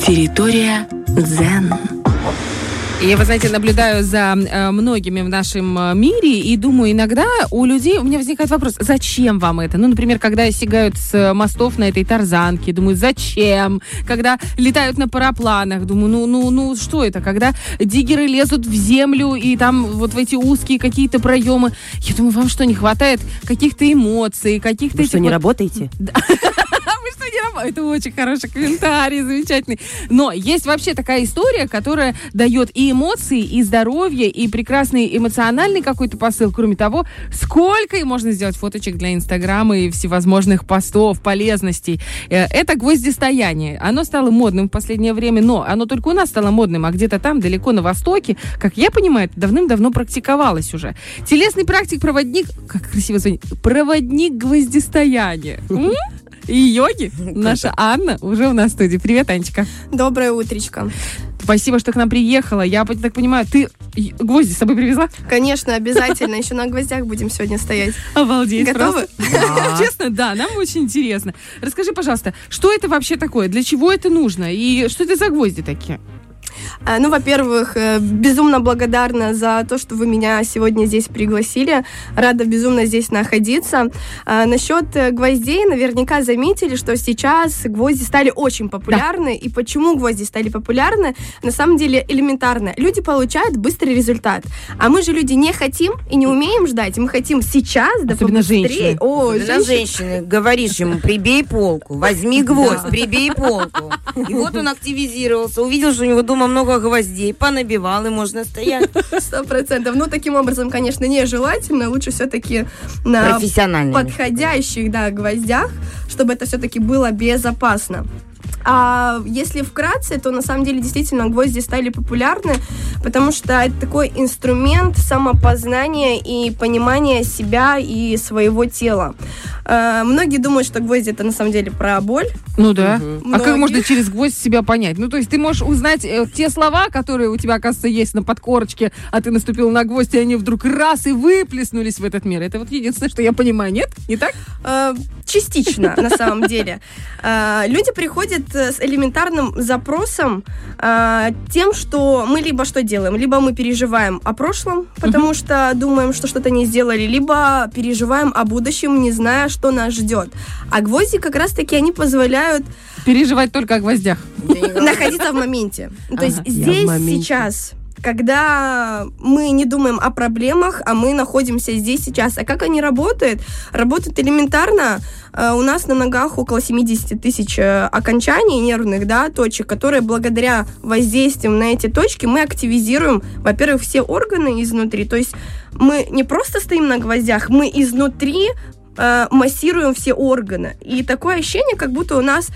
Территория дзен. Я, вы знаете, наблюдаю за многими в нашем мире и думаю, иногда у людей, у меня возникает вопрос, зачем вам это? Ну, например, когда сигают с мостов на этой тарзанке, думаю, зачем? Когда летают на парапланах, думаю, ну, что это? Когда диггеры лезут в землю и там вот в эти узкие какие-то проемы, я думаю, вам что, не хватает каких-то эмоций, каких-то... Вы что, не работаете? Это очень хороший комментарий, замечательный. Но есть вообще такая история, которая дает и эмоции, и здоровье, и прекрасный эмоциональный какой-то посыл. Кроме того, сколько и можно сделать фоточек для Инстаграма и всевозможных постов, полезностей. Это гвоздистояние. Оно стало модным в последнее время, но оно только у нас стало модным, а где-то там, далеко на Востоке, как я понимаю, это давным-давно практиковалось уже. Телесный практик-проводник, как красиво звучит, проводник гвоздистояния. И йоги. Наша Анна уже у нас в студии. Привет, Анечка. Доброе утречко. Спасибо, что к нам приехала. Я так понимаю, ты гвозди с собой привезла? Конечно, обязательно. Еще на гвоздях будем сегодня стоять. Обалдеть. Готовы? Честно, да, нам очень интересно. Расскажи, пожалуйста, что это вообще такое? Для чего это нужно? И что это за гвозди такие? Ну, во-первых, безумно благодарна за то, что вы меня сегодня здесь пригласили. Рада безумно здесь находиться. Насчет гвоздей, наверняка заметили, что сейчас гвозди стали очень популярны. Да. И почему гвозди стали популярны? На самом деле элементарно. Люди получают быстрый результат. А мы же люди не хотим и не умеем ждать. Мы хотим сейчас, да особенно побыстрее. Особенно женщины. Говоришь ему, прибей полку, возьми гвоздь, прибей полку. И вот он активизировался, увидел, что у него дома много гвоздей, понабивал, и можно стоять. 100%. Ну, таким образом, конечно, нежелательно. Лучше все-таки на подходящих, гвоздях, чтобы это все-таки было безопасно. А если вкратце, то на самом деле действительно гвозди стали популярны, потому что это такой инструмент самопознания и понимания себя и своего тела. Многие думают, что гвозди это на самом деле про боль. Ну да. А как можно через гвоздь себя понять? Ну то есть ты можешь узнать те слова, которые у тебя, оказывается, есть на подкорочке, а ты наступил на гвоздь, и они вдруг раз и выплеснулись в этот мир. Это вот единственное, что я понимаю, нет? Не так? Частично, на самом деле. Люди приходят с элементарным запросом, тем, что мы либо что делаем, либо мы переживаем о прошлом, потому что думаем, что что-то не сделали, либо переживаем о будущем, не зная, что нас ждет. А гвозди как раз-таки они позволяют переживать только о гвоздях. Находиться в моменте. То есть здесь, сейчас, когда мы не думаем о проблемах, а мы находимся здесь сейчас. А как они работают? Работают элементарно. У нас на ногах около 70 тысяч окончаний нервных, точек, которые благодаря воздействию на эти точки мы активизируем, во-первых, все органы изнутри. То есть мы не просто стоим на гвоздях, мы изнутри массируем все органы. И такое ощущение, как будто у нас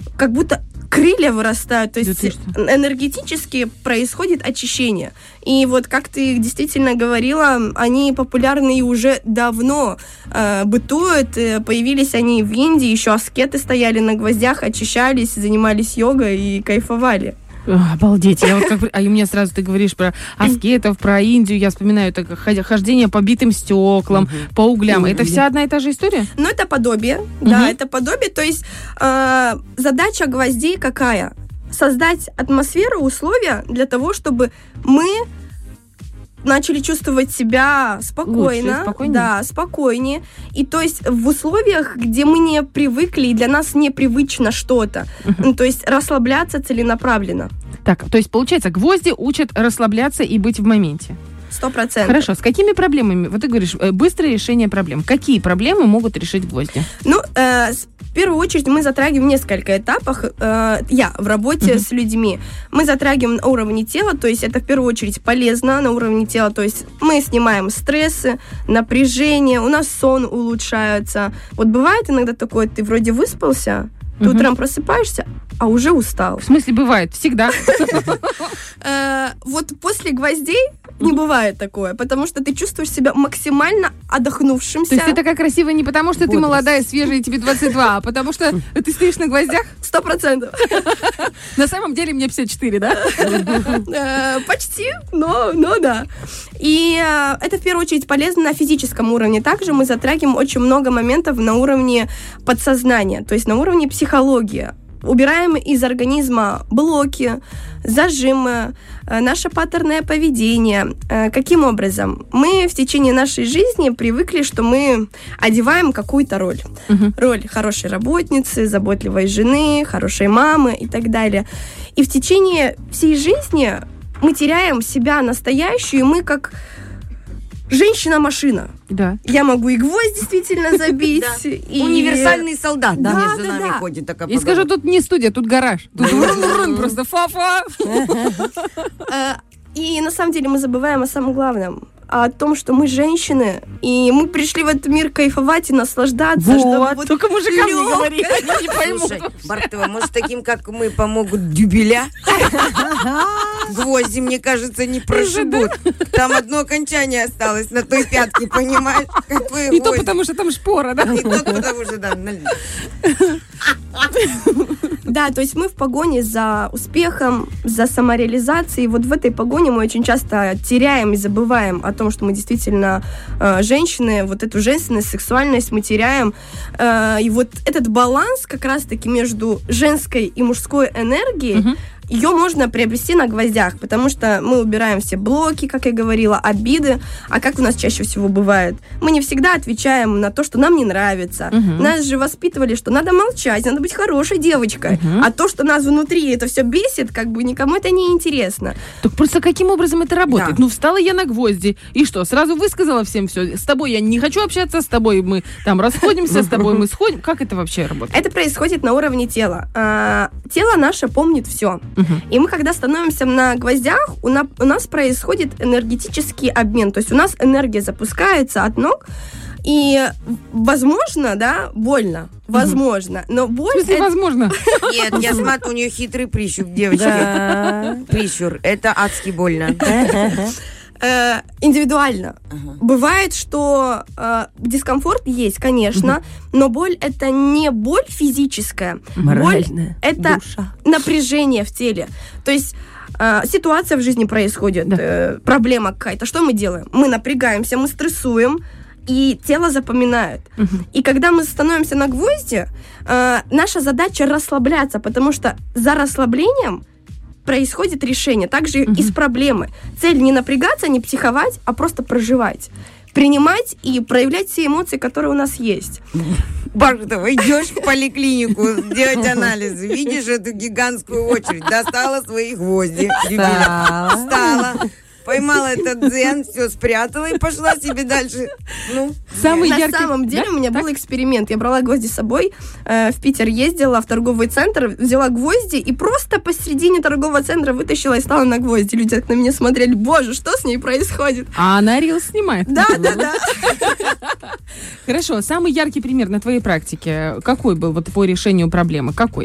крылья вырастают, то есть энергетически происходит очищение. И вот, как ты действительно говорила, они популярны и уже давно бытуют. Появились они в Индии, еще аскеты стояли на гвоздях, очищались, занимались йогой и кайфовали. Обалдеть. А у меня сразу ты говоришь про аскетов, про Индию. Я вспоминаю это хождение по битым стеклам, по углям. Это вся одна и та же история? Ну, это подобие. Да, это подобие. То есть задача гвоздей какая? Создать атмосферу, условия для того, чтобы мы начали чувствовать себя спокойно, спокойнее. И то есть в условиях, где мы не привыкли, и для нас непривычно что-то, то есть расслабляться целенаправленно. Так, то есть получается, гвозди учат расслабляться и быть в моменте. 100%. Хорошо, с какими проблемами? Вот ты говоришь, быстрое решение проблем. Какие проблемы могут решить гвозди? Ну, в первую очередь мы затрагиваем несколько этапов. Я в работе с людьми. Мы затрагиваем на уровне тела, то есть это в первую очередь полезно на уровне тела, то есть мы снимаем стрессы, напряжение, у нас сон улучшается. Вот бывает иногда такое, ты вроде выспался, ты утром просыпаешься, а уже устал. В смысле, бывает? Всегда? Вот после гвоздей не бывает такое, потому что ты чувствуешь себя максимально отдохнувшимся. То есть ты такая красивая не потому, что ты молодая, свежая, и тебе 22, а потому что ты стоишь на гвоздях? 100%. На самом деле мне 54, да? Почти, но да. И это в первую очередь полезно на физическом уровне. Также мы затрагиваем очень много моментов на уровне подсознания, то есть на уровне психологии. убираем из организма блоки, зажимы, наше паттерное поведение. Каким образом? Мы в течение нашей жизни привыкли, что мы одеваем какую-то роль. Роль хорошей работницы, заботливой жены, хорошей мамы и так далее. И в течение всей жизни мы теряем себя настоящую, и мы как женщина-машина. Да. Я могу и гвоздь действительно забить. и... Универсальный солдат, да, между да, нами да. ходит такая И скажу, тут не студия, тут гараж. Тут просто фа-фа. И на самом деле мы забываем о самом главном. О том, что мы женщины, и мы пришли в этот мир кайфовать и наслаждаться. Вот. Только мужикам не говори, они не поймут. Слушай, Бартова, может, таким, как мы, помогут дюбеля? Гвозди, мне кажется, не прошибут. Там одно окончание осталось на той пятке, понимаешь? И то потому, что там шпора, да? И то потому, что, да. Да, то есть мы в погоне за успехом, за самореализацией. Вот в этой погоне мы очень часто теряем и забываем о том, что мы действительно женщины, вот эту женственность, сексуальность мы теряем. И вот этот баланс как раз-таки между женской и мужской энергией, ее можно приобрести на гвоздях, потому что мы убираем все блоки, как я говорила, обиды. А как у нас чаще всего бывает? Мы не всегда отвечаем на то, что нам не нравится. Нас же воспитывали, что надо молчать, надо быть хорошей девочкой. А то, что нас внутри это все бесит, как бы никому это не интересно. Так просто каким образом это работает? Да. Ну, встала я на гвозди, и что, сразу высказала всем все? С тобой я не хочу общаться, с тобой мы там расходимся, с тобой мы сходим. Как это вообще работает? Это происходит на уровне тела. Тело наше помнит все. И мы, когда становимся на гвоздях, у нас происходит энергетический обмен. То есть у нас энергия запускается от ног, и, возможно, да, больно. Возможно. Но боль... В смысле, возможно? Нет, я смотрю, у нее хитрый прищур, девочки. Прищур. Это адски больно. Индивидуально. Бывает, что дискомфорт есть, конечно, но боль — это не боль физическая. Боль — это напряжение в теле. То есть ситуация в жизни происходит, проблема какая-то. Что мы делаем? Мы напрягаемся, мы стрессуем, и тело запоминает. И когда мы становимся на гвозди, наша задача расслабляться, потому что за расслаблением происходит решение. Также и с проблемы. Цель не напрягаться, не психовать, а просто проживать. Принимать и проявлять все эмоции, которые у нас есть. Бартова, идешь в поликлинику делать анализы, видишь эту гигантскую очередь, достала свои гвозди, встала, поймала этот дзен, все спрятала и пошла себе дальше. Ну, на самом деле у меня был эксперимент. Я брала гвозди с собой, в Питер ездила, в торговый центр, взяла гвозди и просто посередине торгового центра вытащила и стала на гвозди. Люди на меня смотрели: боже, что с ней происходит? А она рилс снимает. Да. Хорошо, самый яркий пример на твоей практике какой был вот по решению проблемы? Какой?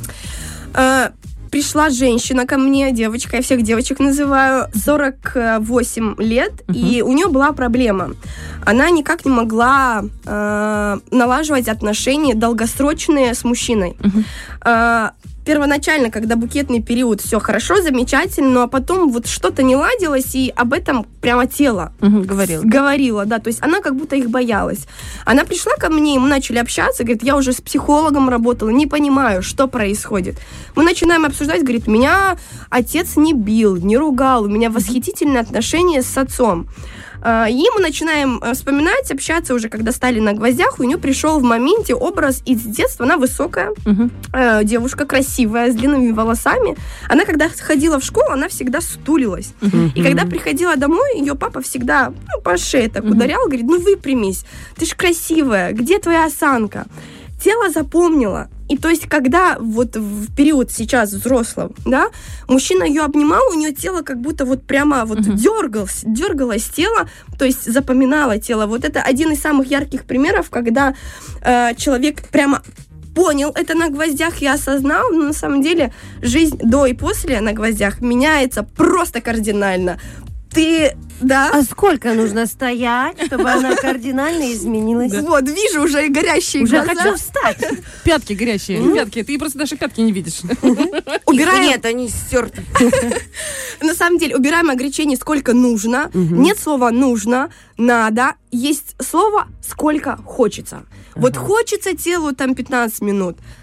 Пришла женщина ко мне, девочка, я всех девочек называю, 48 лет, и у нее была проблема. Она никак не могла налаживать отношения долгосрочные с мужчиной. Первоначально, когда букетный период, все хорошо, замечательно, но потом вот что-то не ладилось, и об этом прямо тело говорило, да, то есть она как будто их боялась. Она пришла ко мне, и мы начали общаться, говорит: я уже с психологом работала, не понимаю, что происходит. Мы начинаем обсуждать, говорит: меня отец не бил, не ругал, у меня восхитительные отношения с отцом. И мы начинаем вспоминать, общаться уже, когда стали на гвоздях. У нее пришел в моменте образ из детства. Она высокая, девушка красивая, с длинными волосами. Она, когда ходила в школу, она всегда стулилась. И когда приходила домой, ее папа всегда по шее так ударял, говорит: ну выпрямись, ты ж красивая, где твоя осанка? Тело запомнило. И то есть, когда вот в период сейчас взрослого, да, мужчина ее обнимал, у нее тело как будто вот прямо вот дергалось тело, то есть запоминало тело. Вот это один из самых ярких примеров, когда человек прямо понял это на гвоздях и осознал, но на самом деле жизнь до и после на гвоздях меняется просто кардинально. Да. А сколько нужно стоять, чтобы она кардинально изменилась? Вот, вижу уже горящие уже глаза. Хочу встать. Пятки горящие. Пятки. Ты просто даже пятки не видишь. Убираем. Нет, они стерты. На самом деле, убираем ограничений сколько нужно. Нет слова «нужно», «надо». Есть слово «сколько хочется». Вот хочется телу там 15 минут.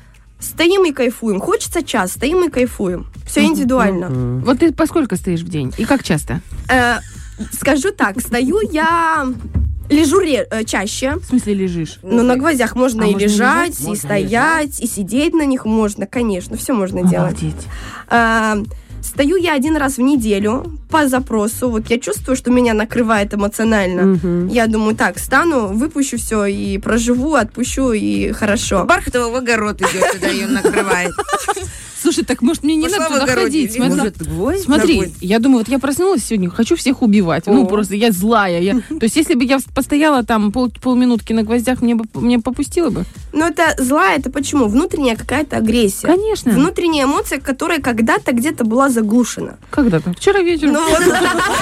стоим и кайфуем. Хочется час, стоим и кайфуем. Все индивидуально. Вот ты поскольку стоишь в день? И как часто? Скажу так, стою я... Лежу чаще. В смысле лежишь? Ну, на гвоздях можно и можно лежать, лежать? и стоять, и сидеть на них можно, конечно. Все можно делать. Стою я 1 раз в неделю по запросу. Вот я чувствую, что меня накрывает эмоционально. Я думаю, так, встану, выпущу все и проживу, отпущу, и хорошо. Бархатова в огород идет, когда ее накрывает. Слушай, так может мне не Пошла надо туда в огород, ходить? или может гвоздь Смотри, ногой? я думаю, вот я проснулась сегодня, хочу всех убивать. Ну, просто я злая. То есть, если бы я постояла там полминутки на гвоздях, мне попустило бы? Но это злая, это почему? Внутренняя какая-то агрессия. Конечно. Внутренняя эмоция, которая когда-то где-то была заглушена. Когда-то? Вчера вечером. Ну, вот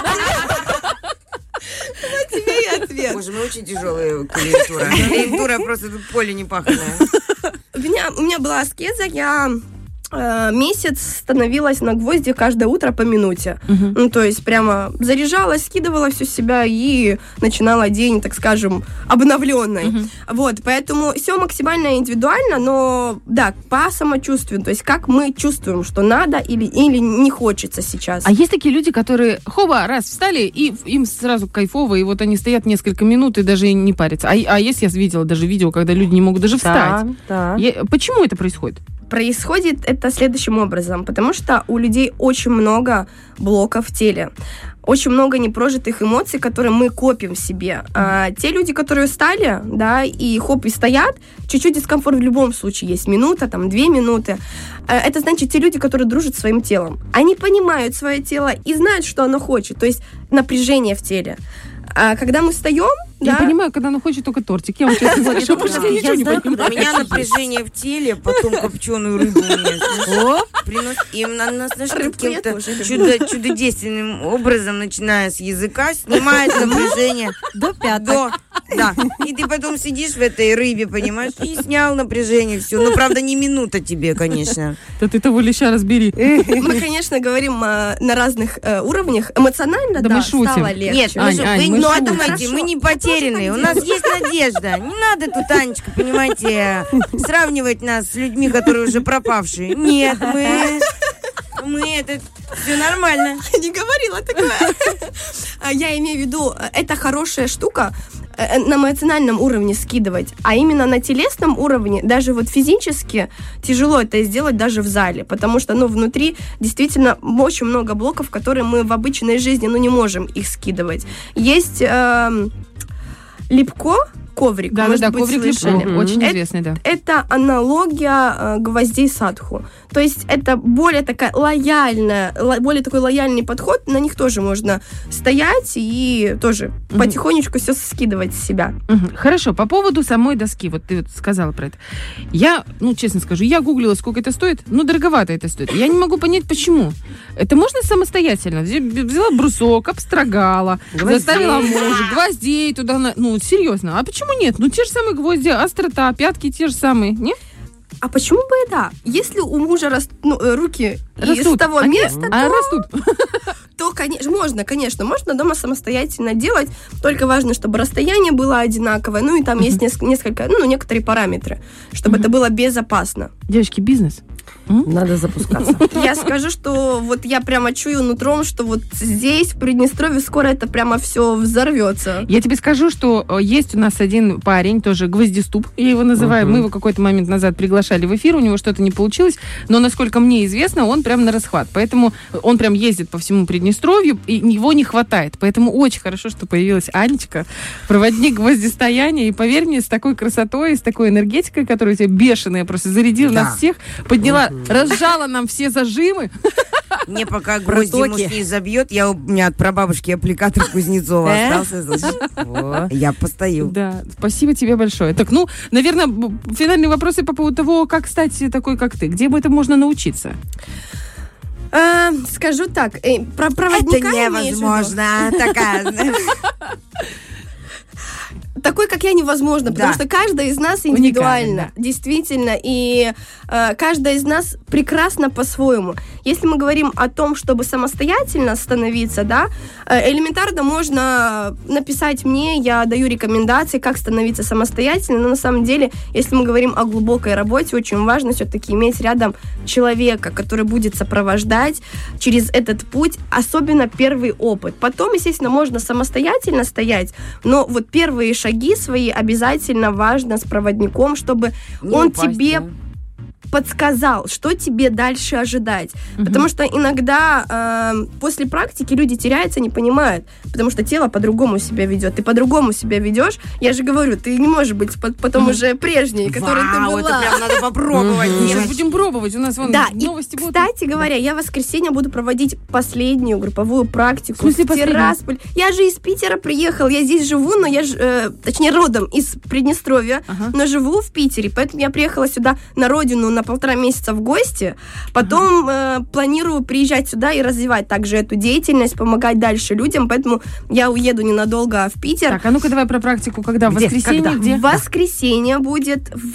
тебе и ответ. Боже, мы очень тяжелая клиентура. Клиентура просто тут поле не паханое. У меня была аскеза, я месяц становилась на гвозди каждое утро по минуте. Ну, то есть прямо заряжалась, скидывала всю себя и начинала день, так скажем, обновленной. Вот, поэтому все максимально индивидуально, но да, по самочувствию, то есть как мы чувствуем, что надо или не хочется сейчас. А есть такие люди, которые, раз, встали, и им сразу кайфово, и вот они стоят несколько минут и даже не парятся. А есть, я видела даже видео, когда люди не могут даже встать. Да. Почему это происходит? Происходит это следующим образом, потому что у людей очень много блоков в теле, очень много непрожитых эмоций, которые мы копим в себе. Те люди, которые устали, да, и и стоят, чуть-чуть дискомфорт в любом случае есть, минута, 2 минуты. Это значит те люди, которые дружат со своим телом. Они понимают свое тело и знают, что оно хочет, то есть напряжение в теле. А когда мы встаем, я понимаю, когда она хочет только тортик. Я вам честно говорю, что больше я ничего не понимаю. У меня напряжение в теле, потом копченую рыбу мне приносит. И она, знаешь, каким-то чудодейственным образом, начиная с языка, снимает напряжение до пяток. Да. И ты потом сидишь в этой рыбе, понимаешь, и снял напряжение, все. Ну, правда, не минута тебе, конечно. Да ты того леща разбери. Мы, конечно, говорим на разных уровнях. Эмоционально, да, стало легче. Нет, вы думаете, мы не потерянные. У нас есть надежда. Не надо тут, Анечка, понимаете, сравнивать нас с людьми, которые уже пропавшие. Нет, мы это все нормально. Не говорила такое. Я имею в виду, это хорошая штука на эмоциональном уровне скидывать, а именно на телесном уровне, даже вот физически тяжело это сделать даже в зале, потому что, внутри действительно очень много блоков, которые мы в обычной жизни, не можем их скидывать. Есть липко, коврик. Да, коврик липко, очень известный, да. Это аналогия гвоздей садху. То есть это более такой лояльный подход, на них тоже можно стоять и тоже потихонечку все скидывать с себя. Хорошо, по поводу самой доски, вот ты сказала про это. Я, честно скажу, я гуглила, сколько это стоит, дороговато это стоит. Я не могу понять, почему. Это можно самостоятельно? Взяла брусок, обстрогала, заставила мужа, гвоздей туда, серьезно, а почему нет? Те же самые гвозди, острота, пятки те же самые, нет? А почему бы и да? Если у мужа руки растут. Из того места, растут. То, конечно, можно дома самостоятельно делать, только важно, чтобы расстояние было одинаковое, и там есть несколько, некоторые параметры, чтобы это было безопасно. Девочки, бизнес. Надо запускаться. Я скажу, что вот я прямо чую нутром, что вот здесь, в Приднестровье, скоро это прямо все взорвется. Я тебе скажу, что есть у нас один парень, тоже гвоздиступ, я его называю. Мы его какой-то момент назад приглашали в эфир, у него что-то не получилось, но, насколько мне известно, он прям на расхват. Поэтому он прям ездит по всему Приднестровью, и его не хватает. Поэтому очень хорошо, что появилась Анечка, проводник гвоздистояния, и поверь мне, с такой красотой, с такой энергетикой, которая у тебя бешеная, просто зарядила нас всех, подняла, разжала нам все зажимы. Не, пока гвозди муж не забьет, у меня от прабабушки аппликатор Кузнецова остался. Я постою. Да, спасибо тебе большое. Так, наверное, финальные вопросы по поводу того, как стать такой, как ты. Где бы это можно научиться? Скажу так, про проводника это невозможно. Такая. такой, как я, невозможно, потому что каждая из нас индивидуальна, действительно, и каждая из нас прекрасна по-своему. Если мы говорим о том, чтобы самостоятельно становиться, да, элементарно можно написать мне, я даю рекомендации, как становиться самостоятельно, но на самом деле, если мы говорим о глубокой работе, очень важно все-таки иметь рядом человека, который будет сопровождать через этот путь, особенно первый опыт. Потом, естественно, можно самостоятельно стоять, но вот первые шаги свои обязательно важно с проводником, чтобы он тебе подсказал, что тебе дальше ожидать. Потому что иногда после практики люди теряются, не понимают, потому что тело по-другому себя ведет. Ты по-другому себя ведешь. Я же говорю, ты не можешь быть потом уже прежней, которой ты была. Это прям надо попробовать. Сейчас будем пробовать. У нас вон новости будут. Кстати говоря, я в воскресенье буду проводить последнюю групповую практику в Тирасполь. Я же из Питера приехала. Я здесь живу, но я точнее, родом из Приднестровья, но живу в Питере. Поэтому я приехала сюда на родину на 1,5 месяца в гости, потом планирую приезжать сюда и развивать также эту деятельность, помогать дальше людям, поэтому я уеду ненадолго в Питер. Так, а ну-ка давай про практику, когда? В воскресенье? Где? В воскресенье будет в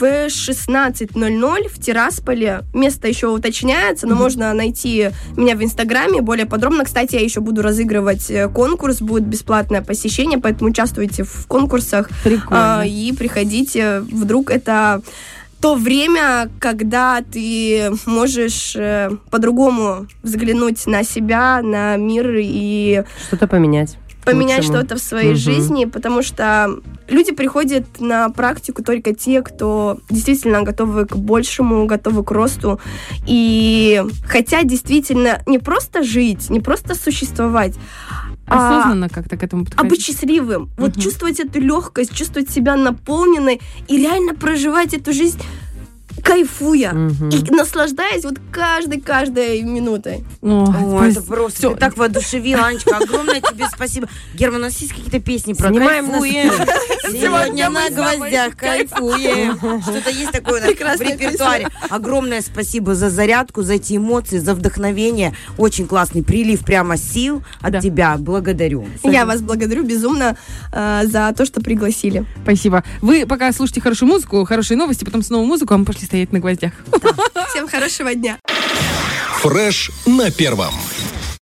16:00 в Тирасполе. Место еще уточняется, но можно найти меня в Инстаграме более подробно. Кстати, я еще буду разыгрывать конкурс, будет бесплатное посещение, поэтому участвуйте в конкурсах. И приходите, вдруг это то время, когда ты можешь по-другому взглянуть на себя, на мир и что-то поменять что-то в своей жизни, потому что люди приходят на практику только те, кто действительно готовы к большему, готовы к росту и хотят действительно не просто жить, не просто существовать, осознанно как-то к этому подходить. А быть счастливым. Вот чувствовать эту легкость, чувствовать себя наполненной и реально проживать эту жизнь, кайфуя и наслаждаясь вот каждой минутой. Это просто ты так воодушевила, Анечка. Огромное тебе спасибо. Герман, у нас есть какие-то песни про кайфуем? Сегодня на гвоздях кайфуем. Что-то есть такое в репертуаре. Огромное спасибо за зарядку, за эти эмоции, за вдохновение. Очень классный прилив прямо сил от тебя. Благодарю. Я вас благодарю безумно за то, что пригласили. Спасибо. Вы пока слушайте хорошую музыку, хорошие новости, потом снова музыку, а мы пошли стоять на гвоздях. Всем хорошего дня. Фреш на первом.